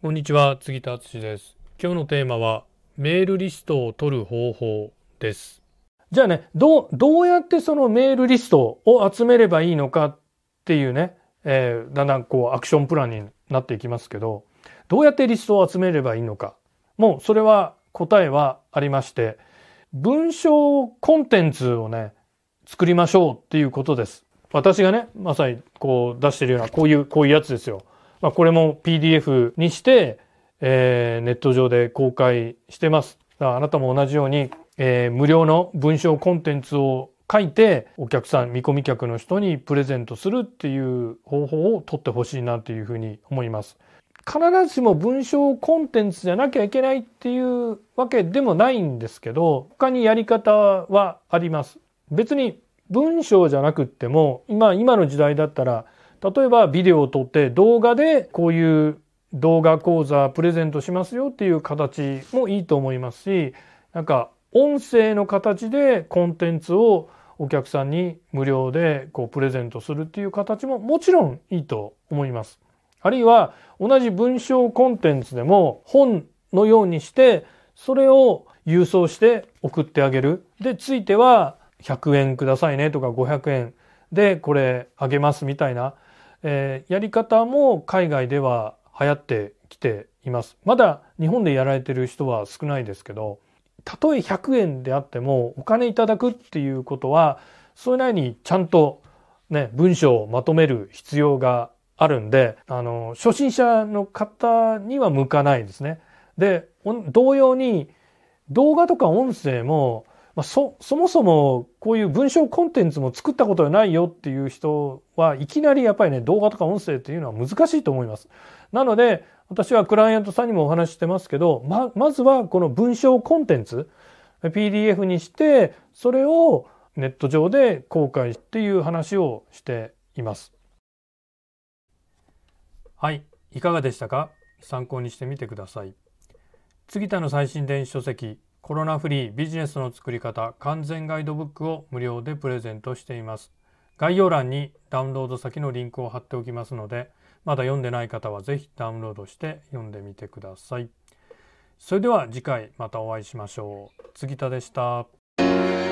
こんにちは、杉田敦です。今日のテーマはメールリストを取る方法です。じゃあね、どうやってそのメールリストを集めればいいのかっていうね、だんだんこうアクションプランになっていきますけど、どうやってリストを集めればいいのか、もうそれは答えはありまして、文章コンテンツをね、作りましょうっていうことです。私がね、まさにこう出してるようなこういうやつですよ。これも PDF にして、ネット上で公開してます。だからあなたも同じように、無料の文章コンテンツを書いてお客さん、見込み客の人にプレゼントするっていう方法を取ってほしいなというふうに思います。必ずしも文章コンテンツじゃなきゃいけないっていうわけでもないんですけど、他にやり方はあります。別に文章じゃなくっても、今の時代だったら、例えばビデオを撮って動画でこういう動画講座プレゼントしますよっていう形もいいと思いますし、なんか音声の形でコンテンツをお客さんに無料でこうプレゼントするっていう形ももちろんいいと思います。あるいは同じ文章コンテンツでも本のようにしてそれを郵送して送ってあげる。で、ついては100円くださいねとか500円でこれあげますみたいな、やり方も海外では流行ってきています。まだ日本でやられてる人は少ないですけど、たとえ100円であってもお金いただくっていうことは、それなりにちゃんとね、文章をまとめる必要があるんで、初心者の方には向かないですね。で、同様に動画とか音声も、そもそもこういう文章コンテンツも作ったことがないよっていう人はいきなりやっぱりね、動画とか音声っていうのは難しいと思います。なので、私はクライアントさんにもお話ししてますけど、まずはこの文章コンテンツ、PDF にして、それをネット上で公開っていう話をしています。はい、いかがでしたか？参考にしてみてください。杉田の最新電子書籍、コロナフリービジネスの作り方完全ガイドブックを無料でプレゼントしています。概要欄にダウンロード先のリンクを貼っておきますので、まだ読んでない方はぜひダウンロードして読んでみてください。それでは次回またお会いしましょう。杉田でした。